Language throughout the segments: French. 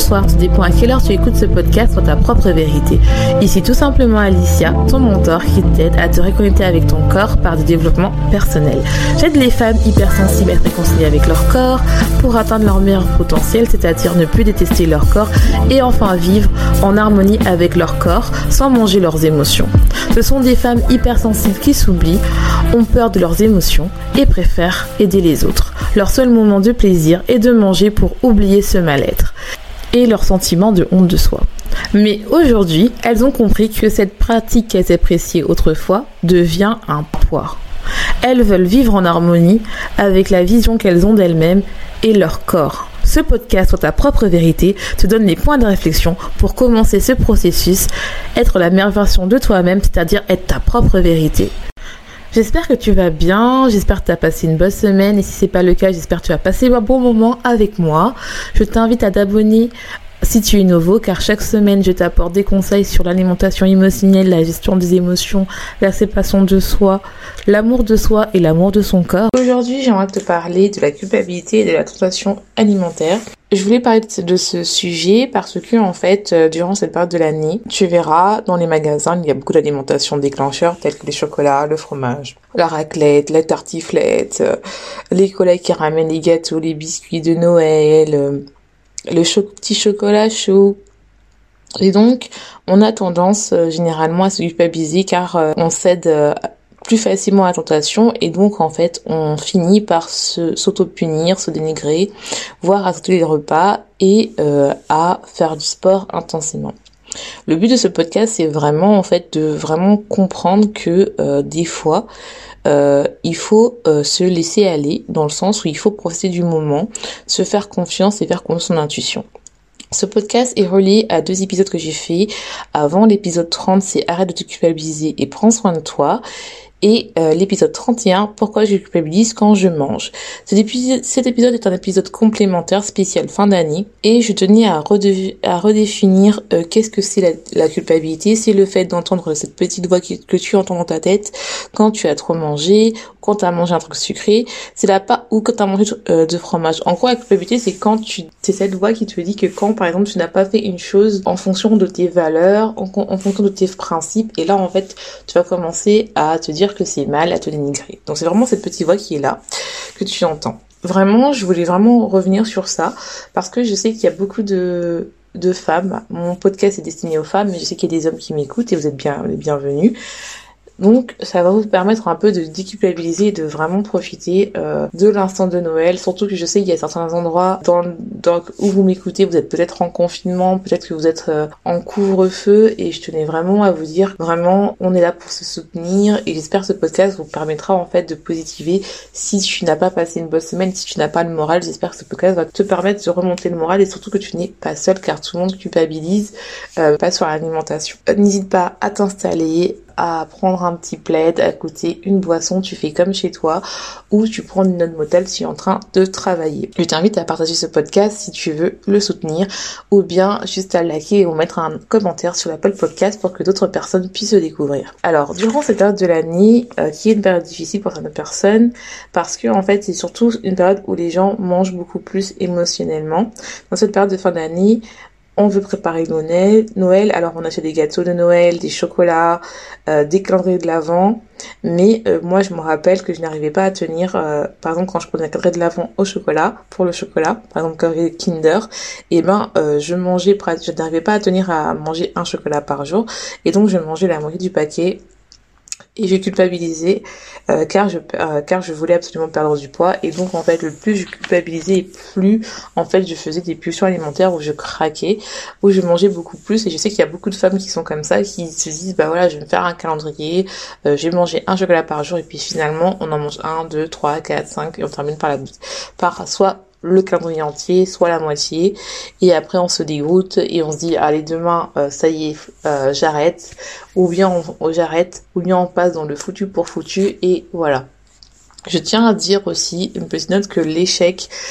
bonsoir, tout dépend à quelle heure tu écoutes ce podcast sur ta propre vérité. Ici tout simplement Alicia, ton mentor qui t'aide à te reconnecter avec ton corps par du développement personnel. J'aide les femmes hypersensibles à se réconcilier avec leur corps pour atteindre leur meilleur potentiel, c'est-à-dire ne plus détester leur corps et enfin vivre en harmonie avec leur corps sans manger leurs émotions. Ce sont des femmes hypersensibles qui s'oublient, ont peur de leurs émotions et préfèrent aider les autres. Leur seul moment de plaisir est de manger pour oublier ce mal-être et leur sentiment de honte de soi. Mais aujourd'hui, elles ont compris que cette pratique qu'elles appréciaient autrefois devient un poids. Elles veulent vivre en harmonie avec la vision qu'elles ont d'elles-mêmes et leur corps. Ce podcast sur ta propre vérité te donne les points de réflexion pour commencer ce processus, être la meilleure version de toi-même, c'est-à-dire être ta propre vérité. J'espère que tu vas bien, j'espère que tu as passé une bonne semaine et si c'est pas le cas, j'espère que tu vas passer un bon moment avec moi. Je t'invite à t'abonner si tu es nouveau car chaque semaine je t'apporte des conseils sur l'alimentation émotionnelle, la gestion des émotions, l'acceptation de soi, l'amour de soi et l'amour de son corps. Aujourd'hui, j'aimerais te parler de la culpabilité et de la tentation alimentaire. Je voulais parler de ce sujet parce que, en fait, durant cette période de l'année, tu verras dans les magasins, il y a beaucoup d'alimentation déclencheurs tels que les chocolats, le fromage, la raclette, la tartiflette, les collègues qui ramènent les gâteaux, les biscuits de Noël, petit chocolat chaud. Et donc, on a tendance généralement à se culpabiliser car on cède plus facilement à la tentation et donc en fait on finit par s'auto-punir, se dénigrer, voire à sauter les repas et à faire du sport intensément. Le but de ce podcast c'est vraiment en fait de vraiment comprendre que des fois il faut se laisser aller dans le sens où il faut profiter du moment, se faire confiance et faire confiance en intuition. Ce podcast est relié à 2 épisodes que j'ai fait. Avant, l'épisode 30, c'est arrête de te culpabiliser et prends soin de toi. Et l'épisode 31, pourquoi je culpabilise quand je mange. Cet épisode est un épisode complémentaire spécial fin d'année et je tenais à redéfinir qu'est-ce que c'est la culpabilité. C'est le fait d'entendre cette petite voix que tu entends dans ta tête quand tu as trop mangé, quand tu as mangé un truc sucré, c'est là pas ou quand tu as mangé de fromage. En gros, la culpabilité, c'est cette voix qui te dit que quand par exemple tu n'as pas fait une chose en fonction de tes valeurs, en fonction de tes principes, et là en fait tu vas commencer à te dire que c'est mal, à te dénigrer. Donc c'est vraiment cette petite voix qui est là, que tu entends. Vraiment, je voulais vraiment revenir sur ça, parce que je sais qu'il y a beaucoup de femmes. Mon podcast est destiné aux femmes, mais je sais qu'il y a des hommes qui m'écoutent et vous êtes les bienvenus. Donc ça va vous permettre un peu de déculpabiliser et de vraiment profiter de l'instant de Noël, surtout que je sais qu'il y a certains endroits où vous m'écoutez, vous êtes peut-être en confinement, peut-être que vous êtes en couvre-feu et je tenais vraiment à vous dire, vraiment on est là pour se soutenir et j'espère que ce podcast vous permettra en fait de positiver si tu n'as pas passé une bonne semaine, si tu n'as pas le moral, j'espère que ce podcast va te permettre de remonter le moral et surtout que tu n'es pas seul car tout le monde culpabilise pas sur l'alimentation. N'hésite pas à t'installer, à prendre un petit plaid, à côté une boisson, tu fais comme chez toi, ou tu prends une note motel si tu es en train de travailler. Je t'invite à partager ce podcast si tu veux le soutenir, ou bien juste à liker ou mettre un commentaire sur l'Apple Podcast pour que d'autres personnes puissent le découvrir. Alors, durant cette période de l'année, qui est une période difficile pour certaines personnes, parce que en fait, c'est surtout une période où les gens mangent beaucoup plus émotionnellement. Dans cette période de fin d'année, on veut préparer Noël, alors on achète des gâteaux de Noël, des chocolats, des calendriers de l'Avent, mais moi je me rappelle que je n'arrivais pas à tenir, par exemple quand je prenais un calendrier de l'Avent au chocolat, pour le chocolat, par exemple calendrier Kinder, je n'arrivais pas à tenir à manger un chocolat par jour, et donc je mangeais la moitié du paquet, et j'ai culpabilisé car je voulais absolument perdre du poids et donc en fait le plus je culpabilisais et plus en fait je faisais des pulsions alimentaires où je craquais, où je mangeais beaucoup plus et je sais qu'il y a beaucoup de femmes qui sont comme ça, qui se disent bah voilà je vais me faire un calendrier, je vais manger un chocolat par jour et puis finalement on en mange 1, 2, 3, 4, 5 et on termine par soit le calendrier entier, soit la moitié, et après on se dégoûte et on se dit allez demain ça y est j'arrête, ou bien j'arrête, ou bien on passe dans le foutu pour foutu et voilà. Je tiens à dire aussi une petite note que l'échec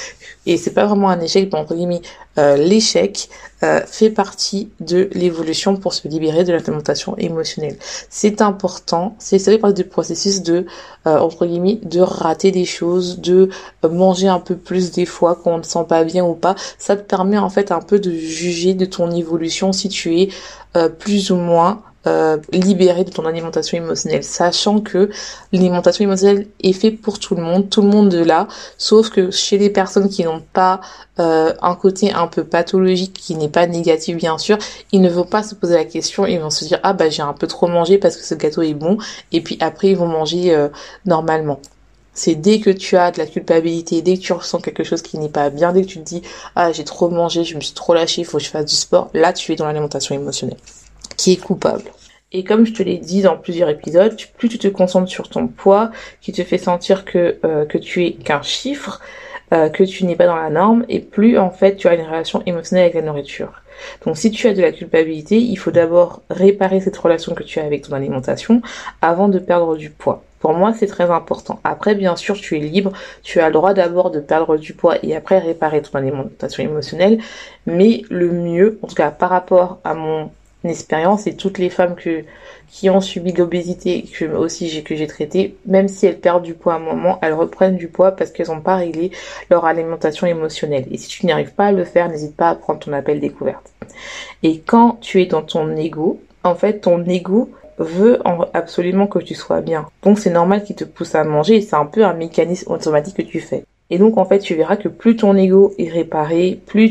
Et c'est pas vraiment un échec, mais entre guillemets, l'échec fait partie de l'évolution pour se libérer de l'alimentation émotionnelle. C'est important, ça fait partie du processus de, entre guillemets, de rater des choses, de manger un peu plus des fois quand on ne se sent pas bien ou pas. Ça te permet en fait un peu de juger de ton évolution si tu es plus ou moins libéré de ton alimentation émotionnelle, sachant que l'alimentation émotionnelle est faite pour tout le monde là, sauf que chez les personnes qui n'ont pas un côté un peu pathologique, qui n'est pas négatif bien sûr, ils ne vont pas se poser la question, ils vont se dire j'ai un peu trop mangé parce que ce gâteau est bon, et puis après ils vont manger normalement. C'est dès que tu as de la culpabilité, dès que tu ressens quelque chose qui n'est pas bien, dès que tu te dis j'ai trop mangé, je me suis trop lâché, il faut que je fasse du sport, là tu es dans l'alimentation émotionnelle qui est coupable. Et comme je te l'ai dit dans plusieurs épisodes, plus tu te concentres sur ton poids, qui te fait sentir que tu es qu'un chiffre, que tu n'es pas dans la norme, et plus en fait tu as une relation émotionnelle avec la nourriture. Donc si tu as de la culpabilité, il faut d'abord réparer cette relation que tu as avec ton alimentation avant de perdre du poids. Pour moi, c'est très important. Après, bien sûr, tu es libre, tu as le droit d'abord de perdre du poids et après réparer ton alimentation émotionnelle, mais le mieux, en tout cas par rapport à mon expérience, et toutes les femmes qui ont subi de l'obésité que j'ai traité, même si elles perdent du poids à un moment, elles reprennent du poids parce qu'elles n'ont pas réglé leur alimentation émotionnelle. Et si tu n'y arrives pas à le faire, n'hésite pas à prendre ton appel découverte. Et quand tu es dans ton ego, en fait ton ego veut absolument que tu sois bien. Donc c'est normal qu'il te pousse à manger, et c'est un peu un mécanisme automatique que tu fais. Et donc en fait tu verras que plus ton ego est réparé, plus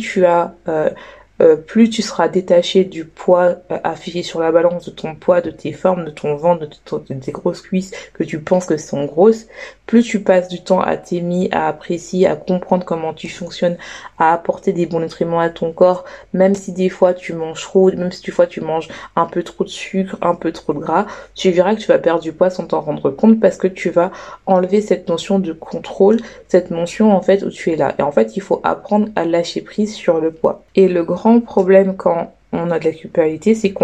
plus tu seras détaché du poids affiché sur la balance, de ton poids, de tes formes, de ton ventre, de tes grosses cuisses que tu penses que sont grosses, plus tu passes du temps à t'aimer, à apprécier, à comprendre comment tu fonctionnes, à apporter des bons nutriments à ton corps, même si des fois tu manges trop, même si des fois tu manges un peu trop de sucre, un peu trop de gras, tu verras que tu vas perdre du poids sans t'en rendre compte parce que tu vas enlever cette notion de contrôle, cette notion en fait où tu es là. Et en fait, il faut apprendre à lâcher prise sur le poids. Et le grand problème quand on a de la culpabilité, c'est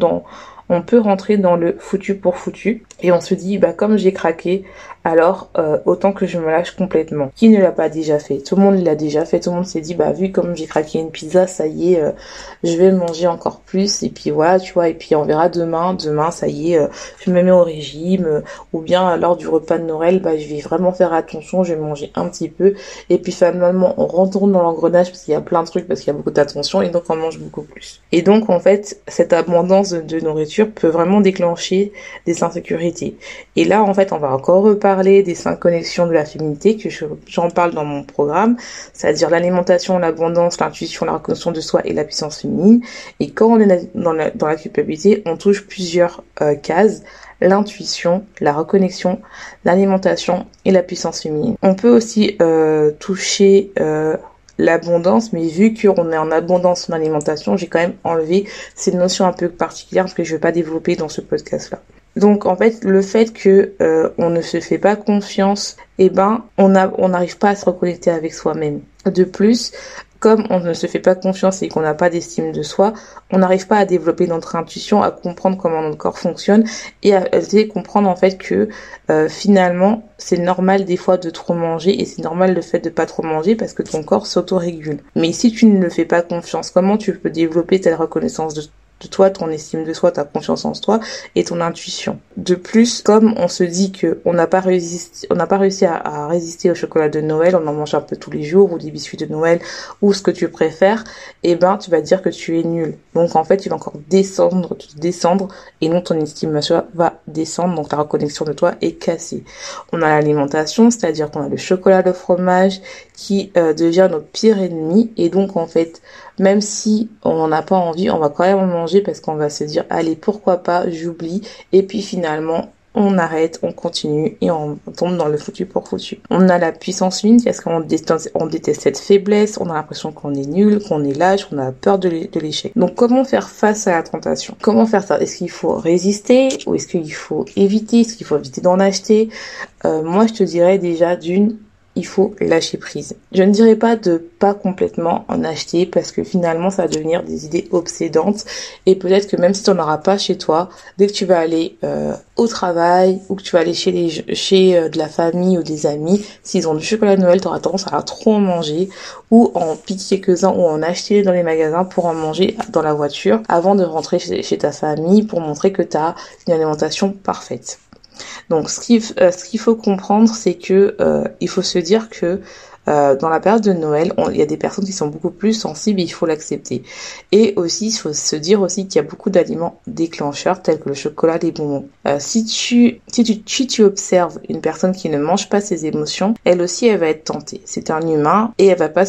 on peut rentrer dans le foutu pour foutu et on se dit comme j'ai craqué, alors autant que je me lâche complètement. Qui ne l'a pas déjà fait? Tout le monde l'a déjà fait, tout le monde s'est dit vu comme j'ai craqué une pizza, ça y est, je vais manger encore plus, et puis voilà, tu vois, et puis on verra demain ça y est, je me mets au régime, ou bien lors du repas de Noël, je vais vraiment faire attention, je vais manger un petit peu, et puis finalement on retourne dans l'engrenage parce qu'il y a plein de trucs, parce qu'il y a beaucoup d'attention, et donc on mange beaucoup plus. Et donc en fait, cette abondance de nourriture peut vraiment déclencher des insécurités. Et là en fait, on va encore reparler des 5 connexions de la féminité, que j'en parle dans mon programme, c'est-à-dire l'alimentation, l'abondance, l'intuition, la reconnaissance de soi et la puissance féminine. Et quand on est dans la culpabilité, on touche plusieurs cases: l'intuition, la reconnexion, l'alimentation et la puissance féminine. On peut aussi toucher l'abondance, mais vu qu'on est en abondance en alimentation, j'ai quand même enlevé ces notions un peu particulières parce que je ne vais pas développer dans ce podcast-là. Donc en fait, le fait que on ne se fait pas confiance, on n'arrive pas à se reconnecter avec soi-même. De plus, comme on ne se fait pas confiance et qu'on n'a pas d'estime de soi, on n'arrive pas à développer notre intuition, à comprendre comment notre corps fonctionne et à comprendre en fait que finalement c'est normal des fois de trop manger, et c'est normal le fait de pas trop manger parce que ton corps s'autorégule. Mais si tu ne le fais pas confiance, comment tu peux développer ta reconnaissance de toi, ton estime de soi, ta confiance en toi et ton intuition? De plus, comme on se dit que on n'a pas réussi à résister au chocolat de Noël, on en mange un peu tous les jours, ou des biscuits de Noël, ou ce que tu préfères, tu vas dire que tu es nul. Donc en fait, tu vas encore descendre, et non, ton estime de soi va descendre, donc ta reconnexion de toi est cassée. On a l'alimentation, c'est-à-dire qu'on a le chocolat, le fromage, qui devient notre pire ennemi, et donc en fait, même si on n'en a pas envie, on va quand même en manger parce qu'on va se dire allez, pourquoi pas, j'oublie, et puis finalement on arrête, on continue et on tombe dans le foutu pour foutu. On a la puissance féminine parce qu'on déteste cette faiblesse, on a l'impression qu'on est nul, qu'on est lâche, on a peur de l'échec. Donc comment faire face à la tentation? Comment faire ça? Est-ce qu'il faut résister, ou est-ce qu'il faut éviter? Est-ce qu'il faut éviter d'en acheter? Moi je te dirais déjà il faut lâcher prise. Je ne dirais pas de pas complètement en acheter parce que finalement ça va devenir des idées obsédantes et peut-être que même si tu n'en auras pas chez toi, dès que tu vas aller au travail ou que tu vas aller chez de la famille ou des amis, s'ils ont du chocolat de Noël, tu auras tendance à trop en manger ou en piquer quelques-uns ou en acheter dans les magasins pour en manger dans la voiture avant de rentrer chez ta famille pour montrer que tu as une alimentation parfaite. Donc ce qu'il faut comprendre, c'est que il faut se dire que dans la période de Noël, il y a des personnes qui sont beaucoup plus sensibles et il faut l'accepter. Et aussi, il faut se dire aussi qu'il y a beaucoup d'aliments déclencheurs tels que le chocolat, les bonbons. Si tu observes une personne qui ne mange pas ses émotions, elle aussi, elle va être tentée. C'est un humain et elle va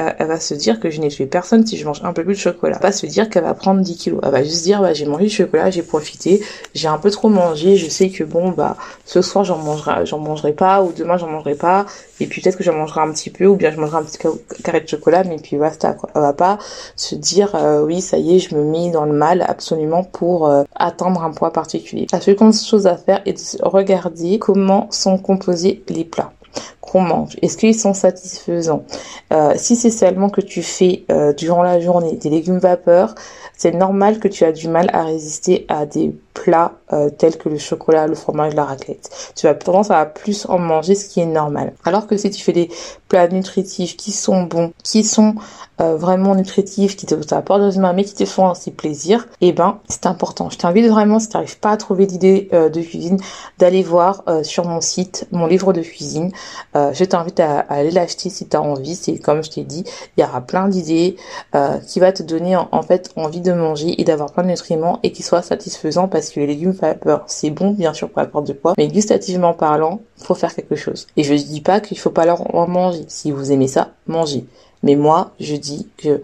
se dire que je n'ai tué personne si je mange un peu plus de chocolat. Elle va pas se dire qu'elle va prendre 10 kilos. Elle va juste dire, j'ai mangé du chocolat, j'ai profité, j'ai un peu trop mangé, je sais que ce soir j'en mangerai pas ou demain j'en mangerai pas et puis peut-être que j'en mangerai un petit peu ou bien je mangerai un petit carré de chocolat mais puis basta quoi. On va pas se dire oui ça y est je me mets dans le mal absolument pour atteindre un poids particulier. La seconde chose à faire est de regarder comment sont composés les plats qu'on mange. Est-ce qu'ils sont satisfaisants? Si c'est seulement que tu fais durant la journée des légumes vapeur, c'est normal que tu as du mal à résister à des plats tels que le chocolat, le fromage, la raclette. Tu vas tendance à plus en manger, ce qui est normal. Alors que si tu fais des plats nutritifs qui sont bons, qui sont vraiment nutritifs, qui t'apportent dans une main, mais qui te font aussi plaisir, c'est important. Je t'invite vraiment, si tu n'arrives pas à trouver d'idées de cuisine, d'aller voir sur mon site, mon livre de cuisine. Je t'invite à aller l'acheter si tu as envie. C'est comme je t'ai dit, il y aura plein d'idées qui va te donner en fait envie de manger et d'avoir plein de nutriments et qui soient satisfaisants parce que les légumes vapeur, c'est bon bien sûr pour la perte de poids, mais gustativement parlant, faut faire quelque chose. Et je dis pas qu'il faut pas leur en manger. Si vous aimez ça, mangez. Mais moi, je dis que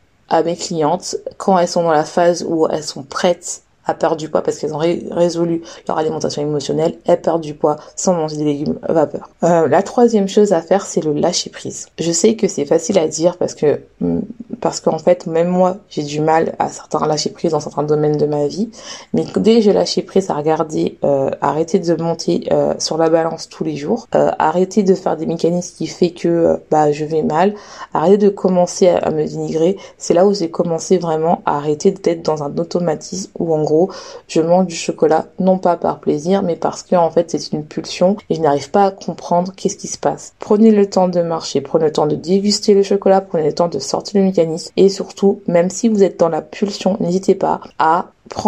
à mes clientes, quand elles sont dans la phase où elles sont prêtes à perdre du poids parce qu'elles ont résolu leur alimentation émotionnelle, elles perdent du poids sans manger des légumes vapeur. La troisième chose à faire, c'est le lâcher prise. Je sais que c'est facile à dire parce qu'en fait, même moi, j'ai du mal à certains lâcher prise dans certains domaines de ma vie. Mais dès que j'ai lâché prise à regarder, arrêter de monter sur la balance tous les jours, arrêter de faire des mécanismes qui fait que je vais mal, arrêter de commencer à me dénigrer, c'est là où j'ai commencé vraiment à arrêter d'être dans un automatisme où en gros, je mange du chocolat non pas par plaisir, mais parce que en fait c'est une pulsion et je n'arrive pas à comprendre qu'est-ce qui se passe. Prenez le temps de marcher, prenez le temps de déguster le chocolat, prenez le temps de sortir le mécanisme et surtout, même si vous êtes dans la pulsion, n'hésitez pas à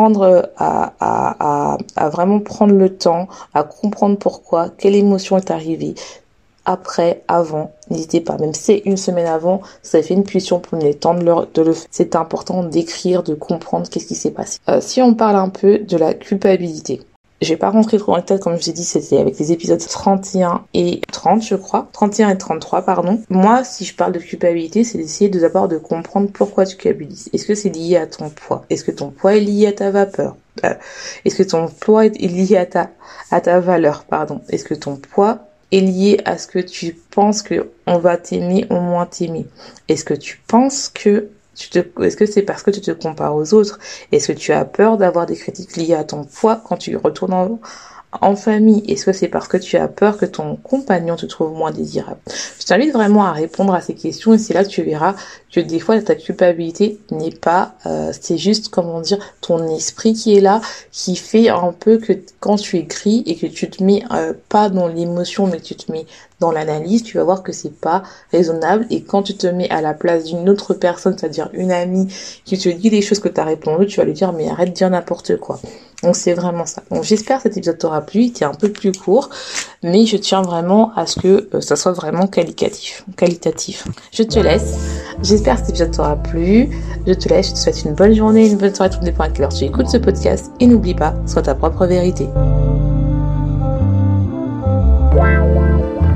vraiment prendre le temps, à comprendre pourquoi, quelle émotion est arrivée. Après, avant, n'hésitez pas, même si c'est une semaine avant, ça fait une pulsion, prenez le temps de le faire. C'est important d'écrire, de comprendre qu'est-ce qui s'est passé. Si on parle un peu de la culpabilité, je vais pas rentrer trop dans le détail, comme je vous ai dit, c'était avec les épisodes 31 et 30, je crois. 31 et 33, pardon. Moi, si je parle de culpabilité, c'est d'essayer d'abord de comprendre pourquoi tu culpabilises. Est-ce que c'est lié à ton poids? Est-ce que ton poids est lié à ta vapeur? Est-ce que ton poids est lié à ta valeur, pardon? Est-ce que ton poids est lié à ce que tu penses que on va t'aimer ou moins t'aimer? Est-ce que tu penses que est-ce que c'est parce que tu te compares aux autres? Est-ce que tu as peur d'avoir des critiques liées à ton poids quand tu retournes en famille? Est-ce que c'est parce que tu as peur que ton compagnon te trouve moins désirable? Je t'invite vraiment à répondre à ces questions et c'est là que tu verras que des fois ta culpabilité n'est pas, c'est juste ton esprit qui est là, qui fait un peu que quand tu écris et que tu te mets pas dans l'émotion mais que tu te mets dans l'analyse, tu vas voir que c'est pas raisonnable et quand tu te mets à la place d'une autre personne, c'est-à-dire une amie qui te dit des choses que tu as répondu, tu vas lui dire mais arrête de dire n'importe quoi. Donc c'est vraiment ça. Donc j'espère que cet épisode t'aura plu, il était un peu plus court, mais je tiens vraiment à ce que ça soit vraiment qualitatif. Je te laisse. J'espère que cet épisode t'aura plu. Je te laisse, je te souhaite une bonne journée, une bonne soirée, tout dépend à quelle heure tu écoutes ce podcast. Et n'oublie pas, sois ta propre vérité.